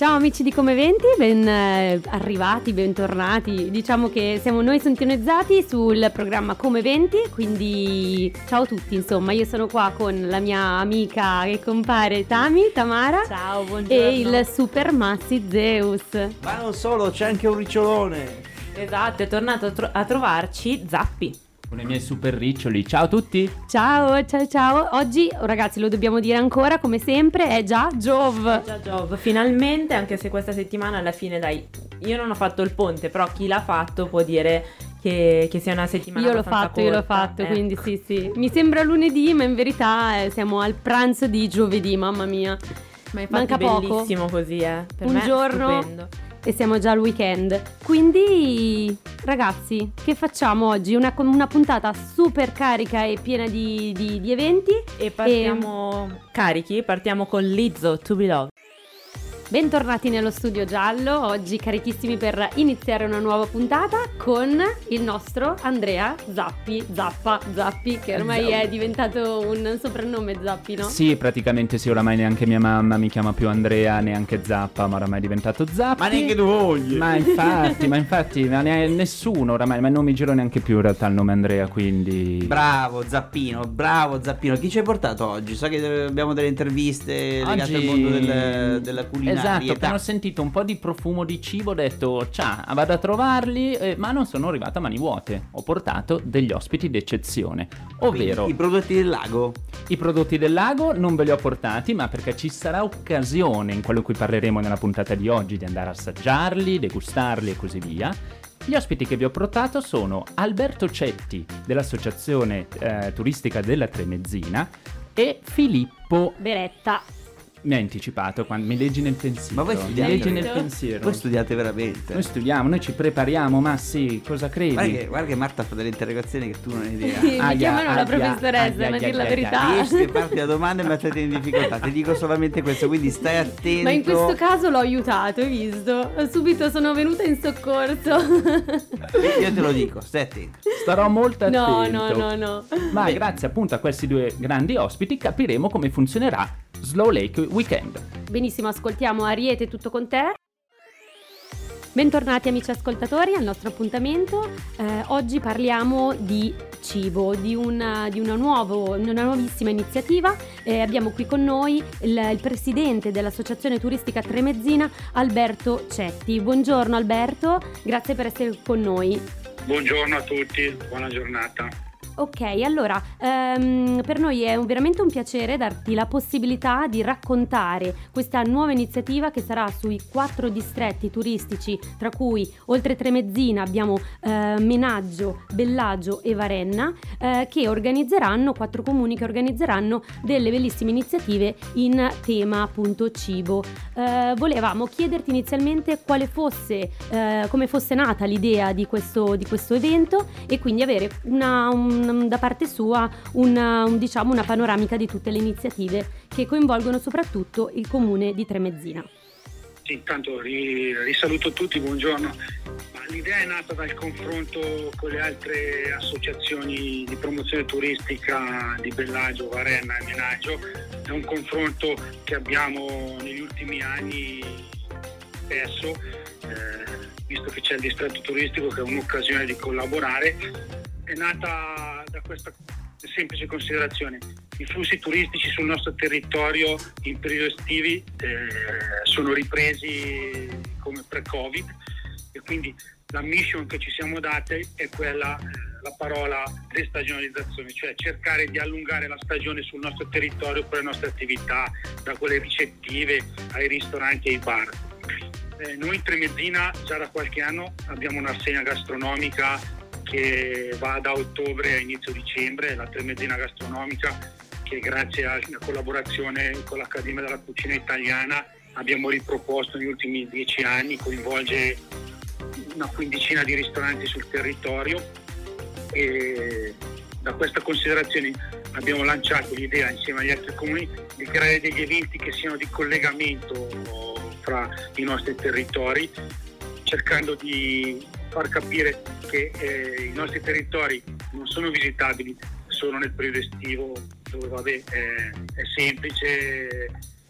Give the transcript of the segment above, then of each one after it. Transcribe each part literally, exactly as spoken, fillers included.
Ciao amici di Come Venti, ben eh, arrivati, bentornati. Diciamo che siamo noi sintonizzati sul programma Come Venti, quindi ciao a tutti, insomma, io sono qua con la mia amica e compare Tami, Tamara. Ciao, buongiorno. E il super Massi Zeus. Ma non solo, c'è anche un ricciolone. Esatto, è tornato a, tro- a trovarci Zappi. Con i miei super riccioli. Ciao a tutti. Ciao, ciao, ciao. Oggi, oh, ragazzi, lo dobbiamo dire ancora, come sempre, è già Giove. Già Giove, finalmente, anche se questa settimana alla fine, dai, io non ho fatto il ponte, però chi l'ha fatto può dire che, che sia una settimana Io l'ho abbastanza fatto, io l'ho corta. fatto, Eh. quindi sì, sì. Mi sembra lunedì, ma in verità eh, siamo al pranzo di giovedì, mamma mia. Ma infatti Manca poco. bellissimo così, eh. Per Un me è giorno stupendo. e siamo già al weekend. Quindi, ragazzi, che facciamo oggi? Una, una puntata super carica e piena di, di, di eventi. E partiamo carichi, partiamo con Lizzo, To Be Loved. Bentornati nello studio giallo, oggi carichissimi per iniziare una nuova puntata con il nostro Andrea Zappi, Zappa, Zappi, che ormai è diventato un soprannome Zappi, no? Sì, praticamente sì, oramai neanche mia mamma mi chiama più Andrea, neanche Zappa, ma oramai è diventato Zappi. Ma neanche tua moglie. Ma infatti, ma infatti, ma ne- nessuno oramai, ma non mi giro neanche più in realtà il nome Andrea, quindi... Bravo Zappino, bravo Zappino. Chi ci hai portato oggi? So che abbiamo delle interviste legate Oggi- al mondo del, della culinaria. Esatto, appena ho sentito un po' di profumo di cibo ho detto ciao, vado a trovarli, eh, ma non sono arrivata a mani vuote. Ho portato degli ospiti d'eccezione, ovvero I prodotti del lago. i prodotti del lago non ve li ho portati, ma perché ci sarà occasione in quello di cui parleremo nella puntata di oggi di andare a assaggiarli, degustarli e così via. Gli ospiti che vi ho portato sono Alberto Cetti dell'Associazione eh, Turistica della Tremezzina e Filippo. Beretta. Mi ha anticipato quando mi leggi nel pensiero. Ma voi mi studiate? leggi nel pensiero. Voi studiate veramente. Noi studiamo, noi ci prepariamo, ma sì, cosa credi? Guarda che, guarda che Marta fa delle interrogazioni che tu non hai idea. Mi Aia, chiamano la aia, professoressa, aia, ma aia, dir la aia, verità. Riesci a farti la domanda e mettete in difficoltà. Ti dico solamente questo, quindi stai attento. Ma in questo caso l'ho aiutato, hai visto? Subito sono venuta in soccorso. Io te lo dico, stai attento. Starò molto No, attento. no, no, no. Ma grazie appunto a questi due grandi ospiti capiremo come funzionerà Slow Lake Weekend. Benissimo, ascoltiamo Ariete, tutto con te. Bentornati amici ascoltatori al nostro appuntamento. Eh, oggi parliamo di cibo, di una, di una, nuovo, una nuovissima iniziativa. Eh, abbiamo qui con noi il, il presidente dell'Associazione Turistica Tremezzina, Alberto Cetti. Buongiorno Alberto, grazie per essere con noi. Buongiorno a tutti, buona giornata. Ok, allora, ehm, per noi è un, veramente un piacere darti la possibilità di raccontare questa nuova iniziativa che sarà sui quattro distretti turistici, tra cui oltre Tremezzina abbiamo eh, Menaggio, Bellagio e Varenna, eh, che organizzeranno, quattro comuni che organizzeranno delle bellissime iniziative in tema appunto cibo. Eh, volevamo chiederti inizialmente quale fosse, eh, come fosse nata l'idea di questo, di questo evento e quindi avere una... un da parte sua una, un, diciamo una panoramica di tutte le iniziative che coinvolgono soprattutto il comune di Tremezzina. Sì, intanto ri, risaluto tutti, buongiorno. Ma l'idea è nata dal confronto con le altre associazioni di promozione turistica di Bellagio, Varenna e Menaggio. È un confronto che abbiamo negli ultimi anni spesso, eh, visto che c'è il distretto turistico che è un'occasione di collaborare. È nata da questa semplice considerazione: i flussi turistici sul nostro territorio in periodi estivi eh, sono ripresi come pre-Covid e quindi la mission che ci siamo date è quella, eh, la parola destagionalizzazione, cioè cercare di allungare la stagione sul nostro territorio con le nostre attività, da quelle ricettive ai ristoranti e ai bar. Eh, noi in Tremezzina già da qualche anno abbiamo una rassegna gastronomica che va da ottobre a inizio dicembre, la Tremezzina Gastronomica, che grazie alla collaborazione con l'Accademia della Cucina Italiana abbiamo riproposto negli ultimi dieci anni, coinvolge una quindicina di ristoranti sul territorio e da questa considerazione abbiamo lanciato l'idea insieme agli altri comuni di creare degli eventi che siano di collegamento fra i nostri territori, cercando di far capire che eh, i nostri territori non sono visitabili solo nel periodo estivo, dove vabbè, è, è semplice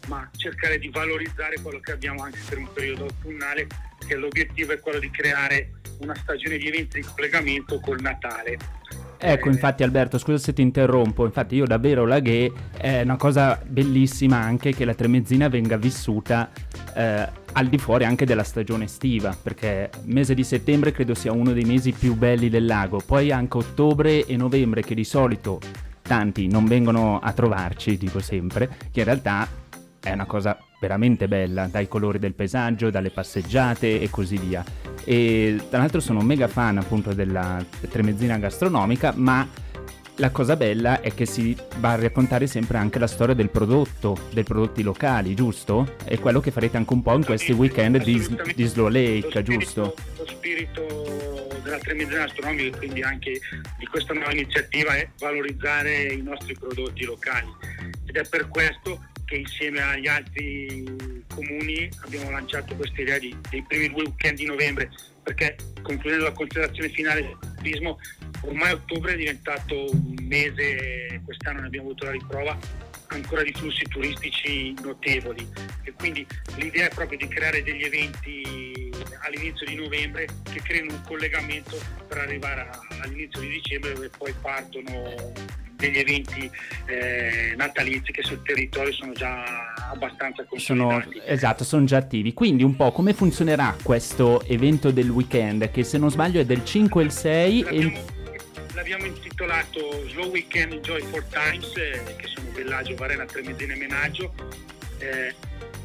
ma cercare di valorizzare quello che abbiamo anche per un periodo autunnale, che l'obiettivo è quello di creare una stagione di eventi di collegamento col Natale. Ecco, infatti Alberto, scusa se ti interrompo, infatti io davvero Laghe è una cosa bellissima anche che la Tremezzina venga vissuta eh, al di fuori anche della stagione estiva, perché il mese di settembre credo sia uno dei mesi più belli del lago, poi anche ottobre e novembre che di solito tanti non vengono a trovarci, dico sempre, che in realtà è una cosa veramente bella, dai colori del paesaggio, dalle passeggiate e così via. E tra l'altro sono mega fan appunto della Tremezzina gastronomica, ma la cosa bella è che si va a raccontare sempre anche la storia del prodotto, dei prodotti locali, giusto? È quello che farete anche un po' in questi weekend di, di Slow Lake, lo spirito, giusto? Lo spirito della Tremezzina gastronomica e quindi anche di questa nuova iniziativa è valorizzare i nostri prodotti locali, ed è per questo che insieme agli altri comuni abbiamo lanciato questa idea di, dei primi due weekend di novembre, perché concludendo la considerazione finale del turismo, ormai ottobre è diventato un mese, quest'anno ne abbiamo avuto la riprova, ancora di flussi turistici notevoli, e quindi l'idea è proprio di creare degli eventi all'inizio di novembre che creino un collegamento per arrivare a, all'inizio di dicembre, dove poi partono degli eventi eh, natalizi che sul territorio sono già abbastanza consolidati. Sono, esatto, sono già attivi. Quindi un po' come funzionerà questo evento del weekend, che se non sbaglio è del cinque e il sei? L'abbiamo, e... l'abbiamo intitolato Slow Weekend Joyful Times, eh, che sono Bellagio, Varenna, Tremezzina e Menaggio. Eh,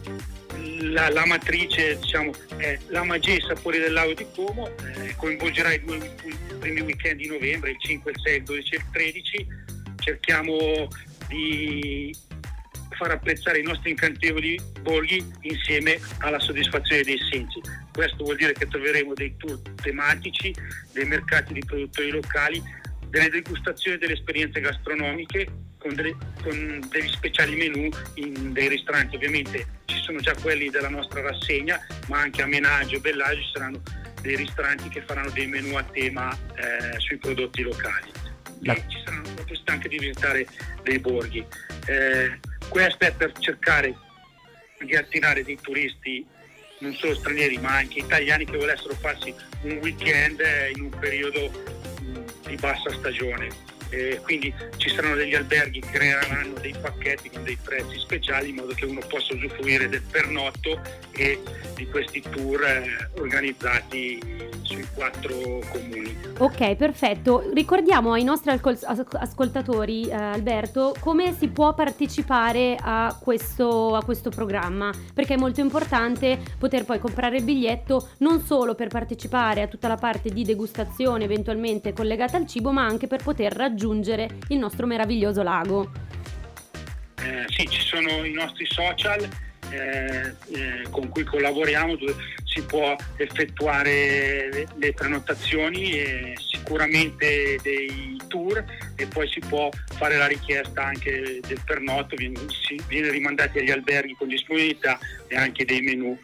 la, la matrice, diciamo, è la magia e i sapori del lago di Como, eh, coinvolgerà i due i primi weekend di novembre, il cinque, il sei, il dodici e il tredici. Cerchiamo di far apprezzare i nostri incantevoli borghi insieme alla soddisfazione dei sensi. Questo vuol dire che troveremo dei tour tematici, dei mercati di produttori locali, delle degustazioni, delle esperienze gastronomiche con, delle, con degli speciali menù in dei ristoranti. Ovviamente ci sono già quelli della nostra rassegna, ma anche a Menaggio e Bellagio ci saranno dei ristoranti che faranno dei menù a tema eh, sui prodotti locali. La... E ci saranno la possibilità anche di visitare dei borghi. Eh, questo è per cercare di attirare dei turisti non solo stranieri ma anche italiani che volessero farsi un weekend in un periodo mh, di bassa stagione. Eh, quindi ci saranno degli alberghi che creeranno dei pacchetti con dei prezzi speciali in modo che uno possa usufruire del pernotto e di questi tour eh, organizzati sui quattro comuni. Ok, perfetto. Ricordiamo ai nostri alcol- ascoltatori, eh, Alberto, come si può partecipare a questo, a questo programma, perché è molto importante poter poi comprare il biglietto non solo per partecipare a tutta la parte di degustazione eventualmente collegata al cibo, ma anche per poter raggiungere il nostro meraviglioso lago. Eh, sì, ci sono i nostri social eh, eh, con cui collaboriamo, dove si può effettuare le, le prenotazioni e sicuramente dei tour, e poi si può fare la richiesta anche del pernotto, viene, si, viene rimandati agli alberghi con disponibilità e anche dei menù.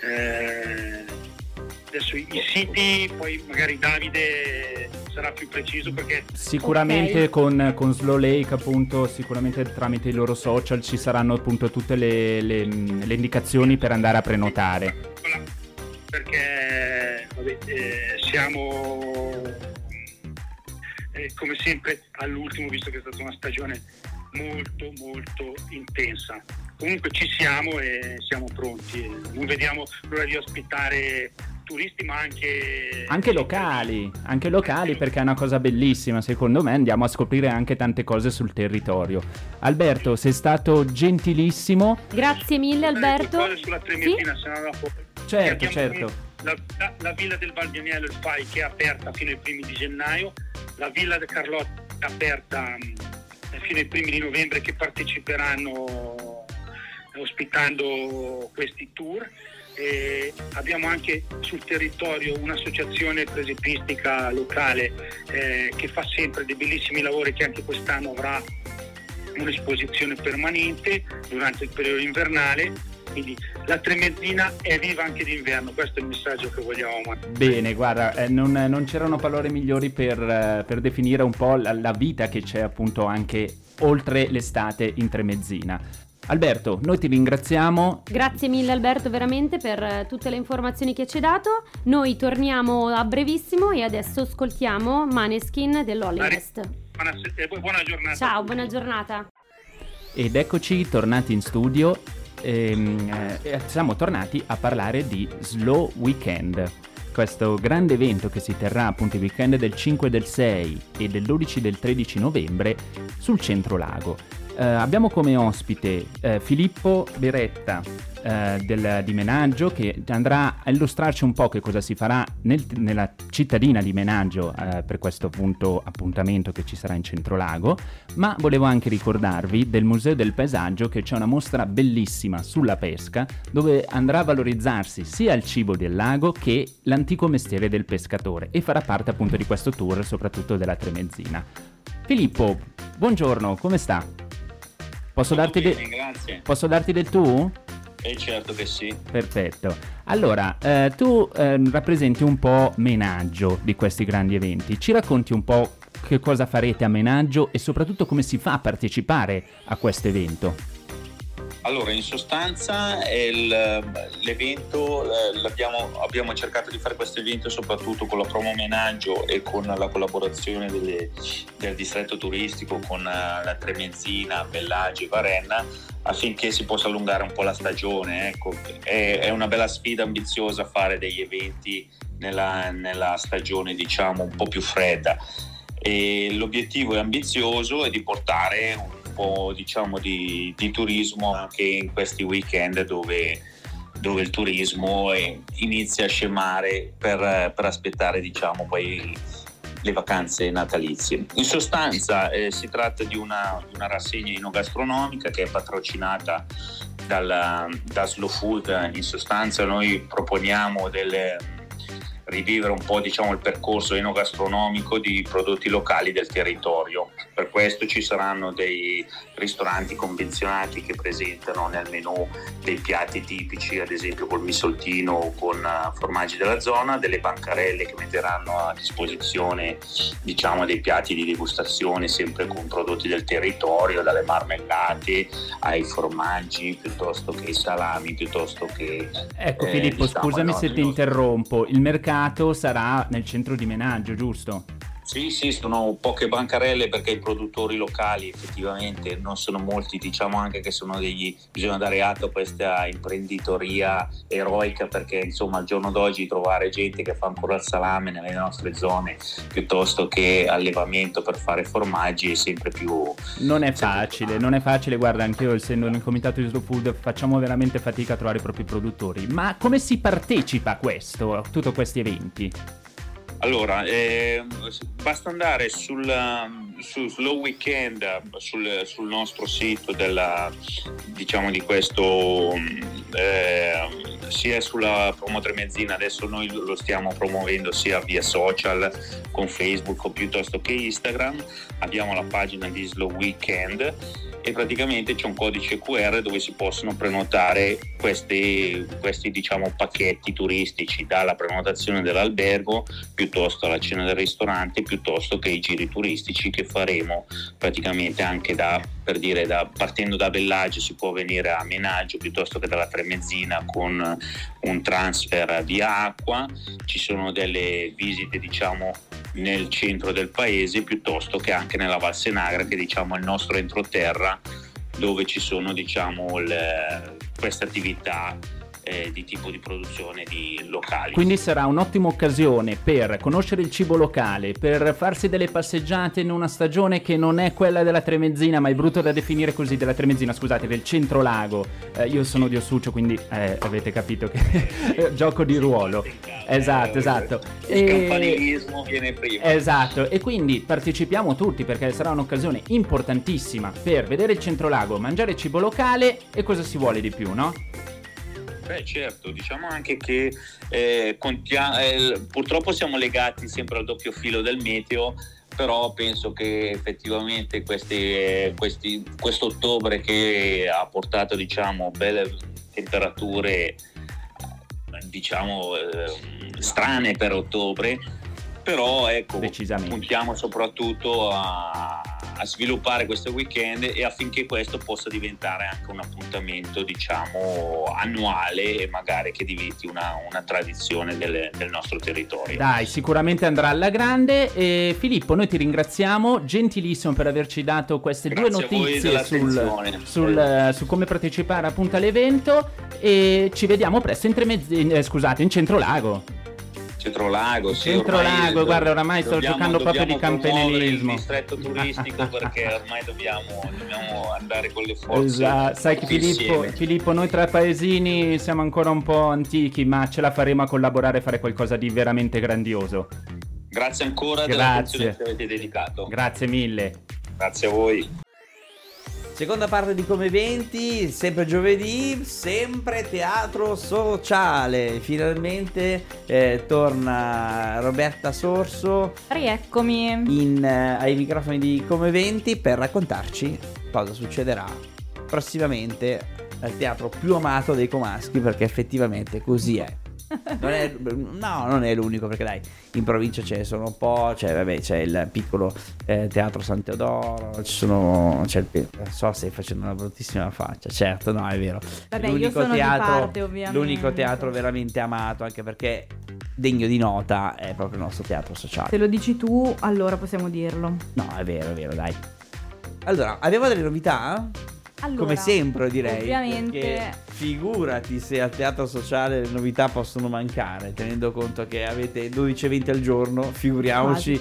Eh, adesso i, i siti, poi magari Davide sarà più preciso, perché sicuramente okay. con, con Slow Lake appunto, sicuramente tramite i loro social ci saranno appunto tutte le, le, le indicazioni per andare a prenotare. Perché vabbè, eh, siamo eh, come sempre all'ultimo, visto che è stata una stagione molto molto intensa. Comunque ci siamo e siamo pronti, non vediamo l'ora di ospitare turisti ma anche anche locali, anche locali, perché è una cosa bellissima, secondo me. Andiamo a scoprire anche tante cose sul territorio. Alberto, sei stato gentilissimo. Grazie mille Alberto. Cose sulla Tremezzina, sì? se no dopo. Certo, certo. La, la, la villa del Valbianiello, il F A I, che è aperta fino ai primi di gennaio, la villa del Carlotta è aperta mh, fino ai primi di novembre, che parteciperanno ospitando questi tour. E abbiamo anche sul territorio un'associazione presepistica locale eh, che fa sempre dei bellissimi lavori, che anche quest'anno avrà un'esposizione permanente durante il periodo invernale. Quindi la Tremezzina è viva anche d'inverno, questo è il messaggio che vogliamo mandare. Bene, guarda, eh, non, non c'erano parole migliori per, eh, per definire un po' la, la vita che c'è appunto anche oltre l'estate in Tremezzina. Alberto, noi ti ringraziamo. Grazie mille Alberto veramente per eh, tutte le informazioni che ci hai dato. Noi torniamo a brevissimo e adesso ascoltiamo Maneskin dell'Hollywood. Buona, e poi buona giornata. Ciao, buona giornata. Ed eccoci tornati in studio. Ehm, eh, siamo tornati a parlare di Slow Weekend, questo grande evento che si terrà appunto il weekend del cinque, del sei e del dodici e del tredici novembre sul Centro Lago. Eh, abbiamo come ospite eh, Filippo Beretta eh, del, di Menaggio, che andrà a illustrarci un po' che cosa si farà nel, nella cittadina di Menaggio eh, per questo appunto appuntamento che ci sarà in Centro Lago. Ma volevo anche ricordarvi del Museo del Paesaggio, che c'è una mostra bellissima sulla pesca, dove andrà a valorizzarsi sia il cibo del lago che l'antico mestiere del pescatore, e farà parte appunto di questo tour, soprattutto della Tremezzina. Filippo, buongiorno, come sta? Posso darti, bene, de- grazie. posso darti del tu? Eh certo che sì. Perfetto. Allora, eh, tu eh, rappresenti un po' Menaggio di questi grandi eventi. Ci racconti un po' che cosa farete a Menaggio e soprattutto come si fa a partecipare a questo evento? Allora, in sostanza il, l'evento eh, l'abbiamo, abbiamo cercato di fare questo evento soprattutto con la promo Menaggio e con la collaborazione delle, del distretto turistico con uh, la Tremezzina, Bellagio e Varenna, affinché si possa allungare un po' la stagione. Ecco. È, è una bella sfida ambiziosa fare degli eventi nella, nella stagione, diciamo, un po' più fredda. E l'obiettivo è ambizioso, è di portare un po', diciamo, di, di turismo anche in questi weekend dove, dove il turismo è, inizia a scemare per, per aspettare, diciamo, poi le vacanze natalizie. In sostanza eh, si tratta di una, una rassegna enogastronomica che è patrocinata dalla, da Slow Food. In sostanza noi proponiamo delle rivivere un po', diciamo, il percorso enogastronomico di prodotti locali del territorio. Per questo ci saranno dei ristoranti convenzionati che presentano nel menù dei piatti tipici, ad esempio col misoltino o con uh, formaggi della zona, delle bancarelle che metteranno a disposizione, diciamo, dei piatti di degustazione sempre con prodotti del territorio, dalle marmellate ai formaggi piuttosto che ai salami, piuttosto che ecco eh, Filippo, diciamo, scusami no, se ti interrompo, il mercato sarà nel centro di Menaggio, giusto? Sì, sì, sono poche bancarelle perché i produttori locali effettivamente non sono molti, diciamo anche che sono degli, bisogna dare atto a questa imprenditoria eroica, perché insomma al giorno d'oggi trovare gente che fa ancora il salame nelle nostre zone piuttosto che allevamento per fare formaggi è sempre più... Non è facile, non è facile, guarda, anche io essendo nel comitato di Slow Food facciamo veramente fatica a trovare i propri produttori. Ma come si partecipa a questo, a tutti questi eventi? Allora, eh, basta andare sul, su Slow Weekend, sul, sul nostro sito della, diciamo, di questo, eh, sia sulla promo Tremezzina, adesso noi lo stiamo promuovendo sia via social con Facebook o piuttosto che Instagram. Abbiamo la pagina di Slow Weekend e praticamente c'è un codice Q R dove si possono prenotare questi, questi diciamo pacchetti turistici, dalla prenotazione dell'albergo piuttosto alla cena del ristorante, piuttosto che i giri turistici che faremo praticamente anche da, per dire, da, partendo da Bellagio si può venire a Menaggio piuttosto che dalla Tremezzina con un transfer via acqua. Ci sono delle visite, diciamo, nel centro del paese piuttosto che anche nella Val Senagra, che diciamo è il nostro entroterra, dove ci sono, diciamo, le, queste attività eh, di tipo di produzione di locali. Quindi sarà un'ottima occasione per conoscere il cibo locale, per farsi delle passeggiate in una stagione che non è quella della Tremezzina, ma è brutto da definire così, della Tremezzina, scusate, del centro lago. Eh, io sono di Ossuccio, quindi eh, avete capito che gioco di ruolo. Esatto, esatto. Il E... campanilismo viene prima. Esatto, e quindi partecipiamo tutti perché sarà un'occasione importantissima per vedere il centro lago, mangiare cibo locale e cosa si vuole di più, no? Beh, certo, diciamo anche che eh, contia- eh, purtroppo siamo legati sempre al doppio filo del meteo, però penso che effettivamente questi, eh, questi, questo ottobre che ha portato, diciamo, belle temperature, diciamo, eh, strane per ottobre, però ecco, puntiamo soprattutto a a sviluppare questo weekend e affinché questo possa diventare anche un appuntamento, diciamo, annuale e magari che diventi una, una tradizione del, del nostro territorio. Dai, sicuramente andrà alla grande. E Filippo, noi ti ringraziamo, gentilissimo per averci dato queste Grazie due a voi notizie dell'attenzione. sul, sul, eh, su come partecipare appunto all'evento, e ci vediamo presto in, Tremezzi- eh, scusate, in Centrolago. Centrolago, sì, Centrolago, ormai guarda, oramai sto dobbiamo- giocando proprio di dobbiamo promuovere campanilismo. il distretto turistico perché ormai dobbiamo, dobbiamo andare con le forze. Esatto, sai che tutti Filippo, insieme. Filippo, noi tra paesini siamo ancora un po' antichi, ma ce la faremo a collaborare e fare qualcosa di veramente grandioso. Grazie ancora Grazie. dell'attenzione che avete dedicato. Grazie mille. Grazie a voi. Seconda parte di Come Eventi, sempre giovedì, sempre teatro sociale. Finalmente eh, torna Roberta Sorso Rieccomi. in, eh, ai microfoni di Come Eventi per raccontarci cosa succederà prossimamente al teatro più amato dei comaschi, perché effettivamente così è. Non è no, non è l'unico, perché dai, in provincia ce ne sono un po', cioè vabbè, c'è il piccolo eh, teatro San Teodoro, ci sono, c'è il, so, stai facendo una bruttissima faccia, certo, no, è vero. Vabbè, io l'unico sono di teatro, parte, ovviamente. l'unico teatro veramente amato, anche perché degno di nota è proprio il nostro teatro sociale. Se lo dici tu, allora possiamo dirlo. No, è vero, è vero, dai. Allora, abbiamo delle novità? Allora, Come sempre, direi. ovviamente- Perché figurati se al teatro sociale le novità possono mancare, tenendo conto che avete dodici eventi al giorno, figuriamoci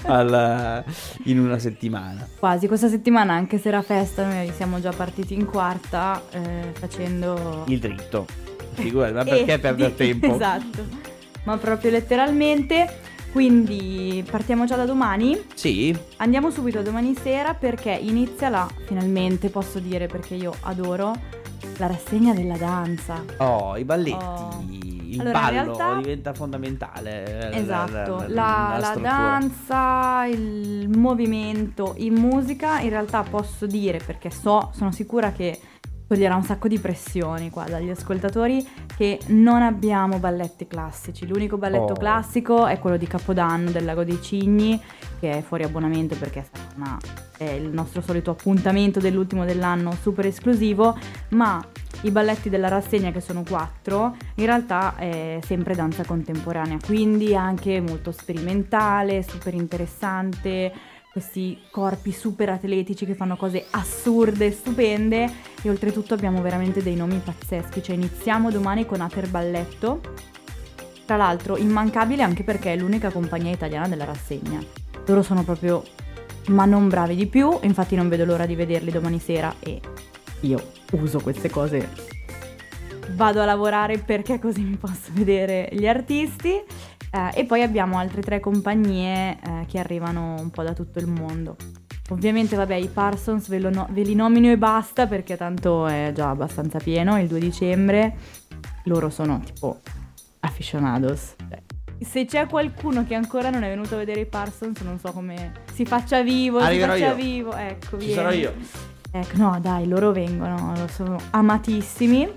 al- in una settimana. Quasi, questa settimana anche se era festa, noi siamo già partiti in quarta eh, facendo... Il dritto. Figurati, ma perché Eh, perdere di- tempo? Esatto, ma proprio letteralmente. Quindi partiamo già da domani. Sì, Andiamo subito a domani sera perché inizia la, finalmente posso dire perché io adoro, la rassegna della danza. oh, i balletti, Oh. il Allora, in ballo realtà- diventa fondamentale. eh, Esatto, la, la la struttura. danza, il movimento in musica, in realtà posso dire, perché so, sono sicura che toglierà un sacco di pressioni qua dagli ascoltatori, che non abbiamo balletti classici. L'unico balletto Oh. classico è quello di Capodanno del Lago dei Cigni, che è fuori abbonamento perché sarà una- è il nostro solito appuntamento dell'ultimo dell'anno super esclusivo, ma i balletti della rassegna, che sono quattro, in realtà è sempre danza contemporanea, quindi anche molto sperimentale, super interessante, questi corpi super atletici che fanno cose assurde, stupende, e oltretutto abbiamo veramente dei nomi pazzeschi. Cioè iniziamo domani con Ater Balletto, tra l'altro immancabile anche perché è l'unica compagnia italiana della rassegna. Loro sono proprio, ma non bravi di più, infatti non vedo l'ora di vederli domani sera, e io uso queste cose, vado a lavorare perché così mi posso vedere gli artisti. Eh, e poi abbiamo altre tre compagnie eh, che arrivano un po' da tutto il mondo. Ovviamente vabbè, i Parsons ve, lo no- ve li nomino e basta, perché tanto è già abbastanza pieno il due dicembre. Loro sono tipo aficionados. Cioè, se c'è qualcuno che ancora non è venuto a vedere i Parsons, non so come si faccia vivo, Arriverò si faccia io. vivo. Ecco, Ci vieni. sarò io. Ecco, no dai, loro vengono, sono amatissimi.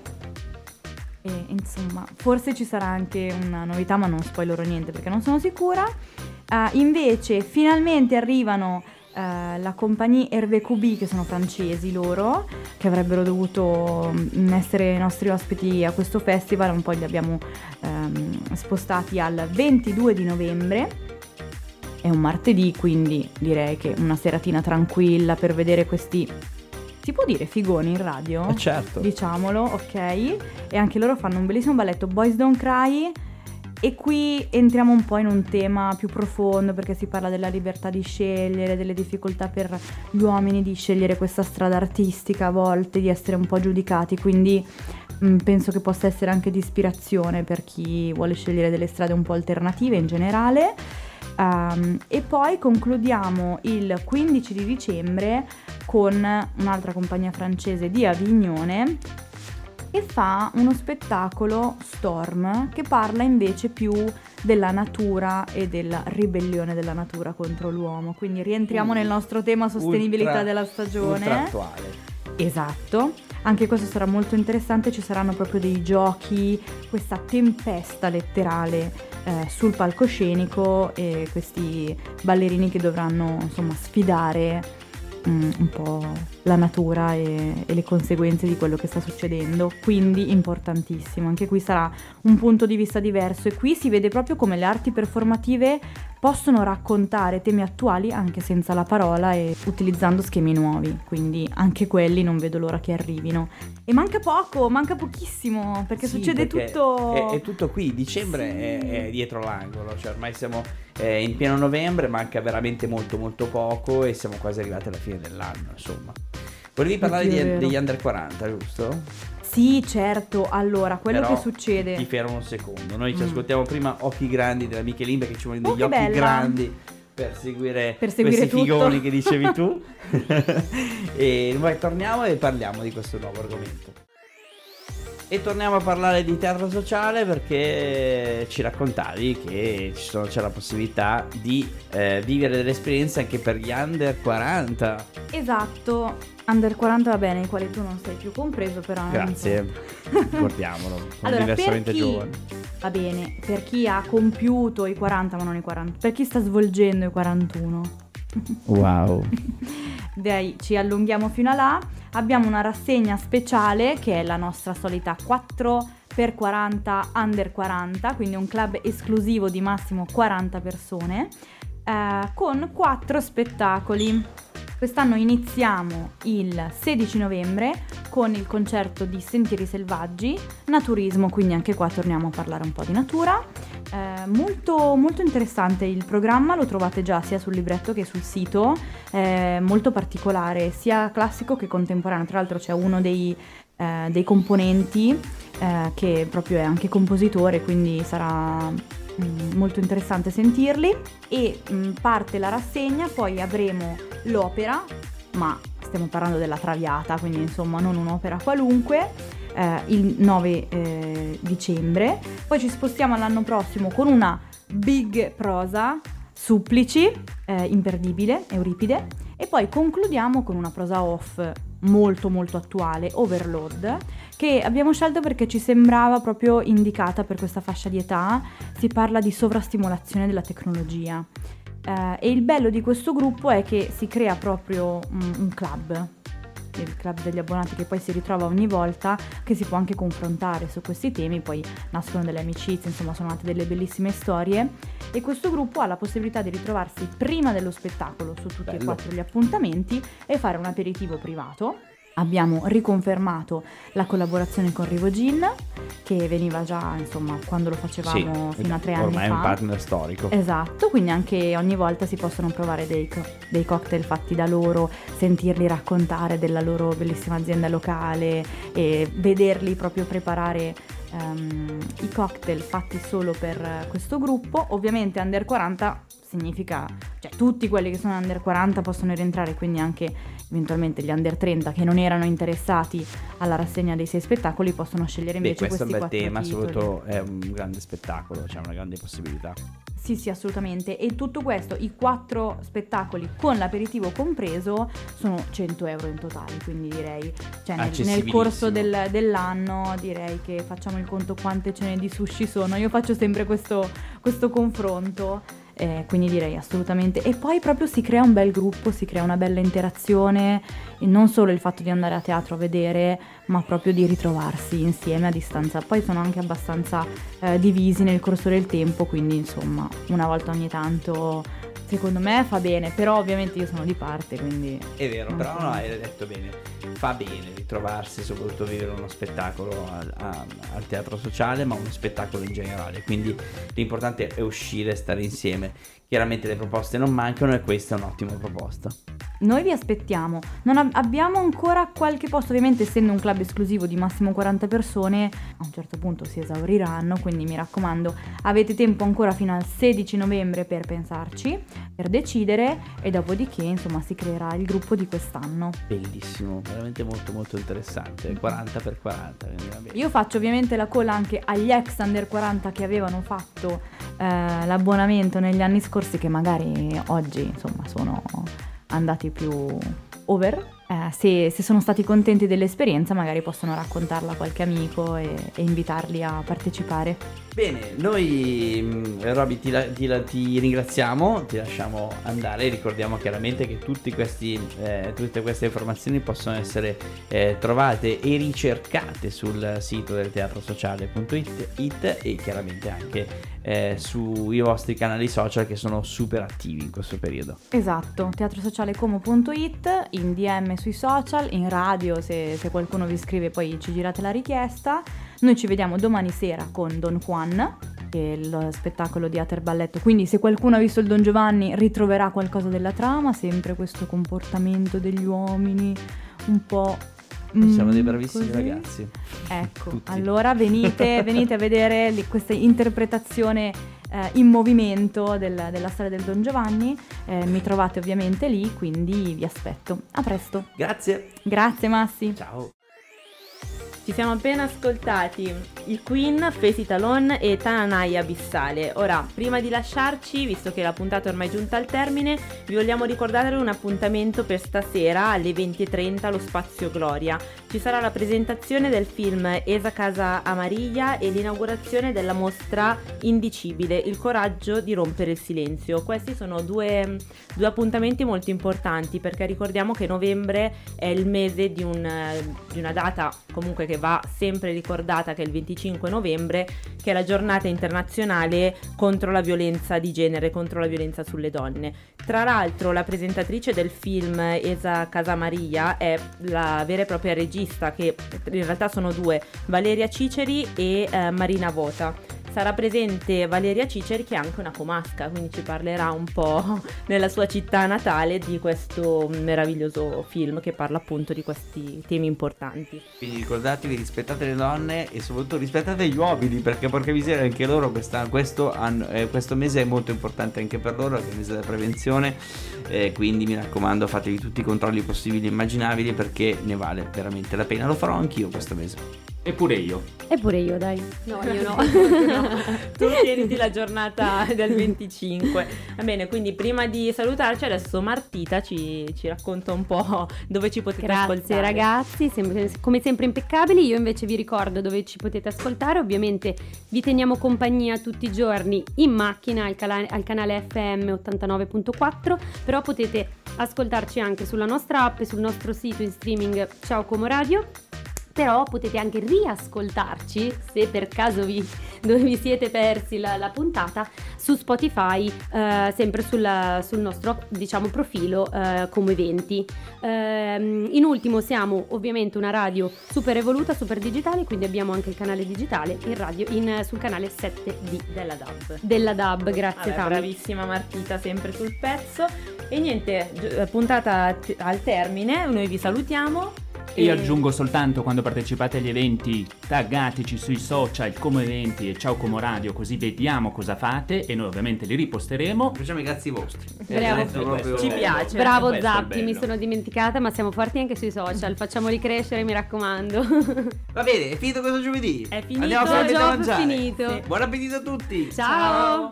E insomma, forse ci sarà anche una novità, ma non spoilerò niente perché non sono sicura. Uh, invece, finalmente arrivano uh, la compagnia Hervé Cuby, che sono francesi loro, che avrebbero dovuto um, essere i nostri ospiti a questo festival, un po' li abbiamo um, spostati al ventidue di novembre. È un martedì, quindi direi che una seratina tranquilla per vedere questi... Si può dire figoni in radio? Eh, certo. Diciamolo, ok. E anche loro fanno un bellissimo balletto, Boys Don't Cry. E qui entriamo un po' in un tema più profondo, perché si parla della libertà di scegliere, delle difficoltà per gli uomini di scegliere questa strada artistica a volte, di essere un po' giudicati. Quindi mh, penso che possa essere anche di ispirazione per chi vuole scegliere delle strade un po' alternative in generale. Um, e poi concludiamo il quindici di dicembre con un'altra compagnia francese di Avignone che fa uno spettacolo Storm, che parla invece più della natura e della ribellione della natura contro l'uomo. Quindi rientriamo Uh, nel nostro tema sostenibilità ultra- della stagione. Ultra attuale. Esatto, anche questo sarà molto interessante, ci saranno proprio dei giochi, questa tempesta letterale eh, sul palcoscenico, e questi ballerini che dovranno insomma sfidare mm, un po' la natura e, e le conseguenze di quello che sta succedendo, quindi importantissimo. Anche qui sarà un punto di vista diverso e qui si vede proprio come le arti performative possono raccontare temi attuali anche senza la parola e utilizzando schemi nuovi, quindi anche quelli non vedo l'ora che arrivino. E manca poco, manca pochissimo, perché Sì, succede perché tutto... È, è tutto qui, dicembre Sì. è, è dietro l'angolo, cioè ormai siamo eh, in pieno novembre, manca veramente molto molto poco e siamo quasi arrivati alla fine dell'anno, insomma. Volevi parlare Oddio, è di- vero. degli under quaranta, giusto? Sì, certo, allora, quello Però che succede... Ti fermo un secondo, noi ci Mm. ascoltiamo prima Occhi Grandi della Michelin, perché ci vogliono Oh, degli che occhi bella. grandi per seguire, Per seguire questi tutto. figoni che dicevi tu. E poi torniamo e parliamo di questo nuovo argomento. E torniamo a parlare di teatro sociale perché ci raccontavi che ci sono, c'è la possibilità di eh, vivere delle esperienze anche per gli under quaranta. Esatto, under quaranta va bene, i quali tu non sei più compreso, però... Grazie, ricordiamolo, sono Allora, diversamente per chi, giovane. Va bene, per chi ha compiuto i quaranta ma non i quaranta, per chi sta svolgendo i quarantuno. Wow. Dai, ci allunghiamo fino a là. Abbiamo una rassegna speciale che è la nostra solita quattro per quaranta under quaranta, quindi un club esclusivo di massimo quaranta persone, eh, con quattro spettacoli. Quest'anno iniziamo il sedici novembre con il concerto di Sentieri Selvaggi, naturismo, quindi anche qua torniamo a parlare un po' di natura. Eh, molto, molto interessante il programma, lo trovate già sia sul libretto che sul sito, eh, molto particolare, sia classico che contemporaneo. Tra l'altro c'è uno dei, eh, dei componenti eh, che proprio è anche compositore, quindi sarà mm, molto interessante sentirli. E mm, parte la rassegna, poi avremo l'opera, ma stiamo parlando della Traviata, quindi insomma non un'opera qualunque, eh, il nove eh, dicembre. Poi ci spostiamo all'anno prossimo con una big prosa, Supplici, eh, imperdibile, Euripide, e poi concludiamo con una prosa off molto molto attuale, Overload, che abbiamo scelto perché ci sembrava proprio indicata per questa fascia di età. Si parla di sovrastimolazione della tecnologia. Uh, e il bello di questo gruppo è che si crea proprio un, un club, il club degli abbonati, che poi si ritrova ogni volta, che si può anche confrontare su questi temi, poi nascono delle amicizie, insomma sono nate delle bellissime storie, e questo gruppo ha la possibilità di ritrovarsi prima dello spettacolo su tutti Bello. e quattro gli appuntamenti e fare un aperitivo privato. Abbiamo riconfermato la collaborazione con Rivo Gin, che veniva già, insomma, quando lo facevamo Sì, fino a tre anni ormai fa. è un partner storico. Esatto, quindi anche ogni volta si possono provare dei, co- dei cocktail fatti da loro, sentirli raccontare della loro bellissima azienda locale e vederli proprio preparare um, i cocktail fatti solo per questo gruppo. Ovviamente under quaranta significa, cioè tutti quelli che sono under quaranta possono rientrare, quindi anche eventualmente gli under trenta che non erano interessati alla rassegna dei sei spettacoli possono scegliere Beh, invece questo è un questi bel quattro tema, titoli. soprattutto è un grande spettacolo, c'è una grande possibilità. Sì, sì, assolutamente. E tutto questo, i quattro spettacoli con l'aperitivo compreso, sono cento euro in totale, quindi direi, cioè nel, nel corso del, dell'anno direi che facciamo il conto quante cene di sushi sono. Io faccio sempre questo, questo confronto. Eh, quindi direi assolutamente. E poi proprio si crea un bel gruppo, si crea una bella interazione, e non solo il fatto di andare a teatro a vedere, ma proprio di ritrovarsi insieme a distanza. Poi sono anche abbastanza eh, divisi nel corso del tempo, quindi insomma una volta ogni tanto secondo me fa bene, però ovviamente io sono di parte, quindi... È vero, non però so. no, hai detto bene, fa bene ritrovarsi, soprattutto vivere uno spettacolo al, a- al teatro sociale, ma uno spettacolo in generale, quindi l'importante è uscire, stare insieme. Chiaramente le proposte non mancano e questa è un'ottima proposta. Noi vi aspettiamo. Non ab- abbiamo ancora qualche posto, ovviamente essendo un club esclusivo di massimo quaranta persone, a un certo punto si esauriranno, quindi mi raccomando, avete tempo ancora fino al sedici novembre per pensarci, per decidere, e dopodiché insomma si creerà il gruppo di quest'anno. Bellissimo, veramente molto molto interessante, quaranta per quaranta. quindi va bene. Io faccio ovviamente la colla anche agli ex under quaranta che avevano fatto eh, l'abbonamento negli anni scorsi, che magari oggi insomma sono andati più over, eh, se, se sono stati contenti dell'esperienza magari possono raccontarla a qualche amico e, e invitarli a partecipare. Bene, noi Roby ti, ti, ti ringraziamo, ti lasciamo andare, ricordiamo chiaramente che tutti questi, eh, tutte queste informazioni possono essere eh, trovate e ricercate sul sito del teatro sociale punto it e chiaramente anche eh, sui vostri canali social che sono super attivi in questo periodo. Esatto, teatrosocialecomo punto it, in D M sui social, in radio se, se qualcuno vi scrive poi ci girate la richiesta. Noi ci vediamo domani sera con Don Juan, che è lo spettacolo di Ater Balletto, quindi se qualcuno ha visto il Don Giovanni ritroverà qualcosa della trama, sempre questo comportamento degli uomini un po'... Siamo dei bravissimi così. Ragazzi. Ecco, Tutti. allora venite, venite a vedere li- questa interpretazione eh, in movimento del- della storia del Don Giovanni. Eh, mi trovate ovviamente lì, quindi vi aspetto. A presto. Grazie. Grazie Massi. Ciao. Ci siamo appena ascoltati i Queen, Face Talon e Tananai Abissale. Ora, prima di lasciarci, visto che la puntata è ormai giunta al termine, vi vogliamo ricordare un appuntamento per stasera alle venti e trenta allo Spazio Gloria. Ci sarà la presentazione del film Esa Casa Amariglia e l'inaugurazione della mostra Indicibile, il coraggio di rompere il silenzio. Questi sono due, due appuntamenti molto importanti perché ricordiamo che novembre è il mese di, un, di una data comunque che va sempre ricordata, che è il venticinque novembre, che è la giornata internazionale contro la violenza di genere, contro la violenza sulle donne. Tra l'altro la presentatrice del film Esa Casa Maria è la vera e propria regista, che in realtà sono due, Valeria Ciceri e eh, Marina Vota. Sarà presente Valeria Ciceri, che è anche una comasca, quindi ci parlerà un po' nella sua città natale di questo meraviglioso film che parla appunto di questi temi importanti. Quindi ricordatevi, rispettate le donne e soprattutto rispettate gli uomini, perché porca miseria anche loro questa, questo, hanno, eh, questo mese è molto importante anche per loro, che è il mese della prevenzione, eh, quindi mi raccomando fatevi tutti i controlli possibili e immaginabili perché ne vale veramente la pena. Lo farò anch'io questo mese. Eppure io. Eppure io, dai. No, io no. No, tu tieniti la giornata del venticinque. Va bene, quindi prima di salutarci adesso Martita ci, ci racconta un po' dove ci potete Grazie ascoltare. ragazzi, sempre- come sempre impeccabili. Io invece vi ricordo dove ci potete ascoltare. Ovviamente vi teniamo compagnia tutti i giorni in macchina al, cala- al canale F M ottantanove punto quattro, però potete ascoltarci anche sulla nostra app e sul nostro sito in streaming Ciao Como Radio. Però potete anche riascoltarci, se per caso vi, dove vi siete persi la, la puntata, su Spotify, eh, sempre sul, sul nostro, diciamo, profilo eh, come eventi. Eh, in ultimo siamo ovviamente una radio super evoluta, super digitale, quindi abbiamo anche il canale digitale in radio, in, sul canale sette D Della D A B. della D A B, grazie Vabbè, tanto. bravissima Martita, sempre sul pezzo. E niente, gi- puntata t- al termine, noi vi salutiamo. E io aggiungo soltanto, quando partecipate agli eventi, taggateci sui social come eventi e Ciao Como Radio, così vediamo cosa fate e noi ovviamente li riposteremo. Facciamo i cazzi vostri. Bravo. Eh, proprio- Ci piace. Bravo Questo è Zappi, mi bello. sono dimenticata, ma siamo forti anche sui social, facciamoli crescere, mi raccomando. Va bene, è finito questo giovedì. È finito, Andiamo il finalmente a gioco è mangiare. finito. Sì. Buon appetito a tutti. Ciao.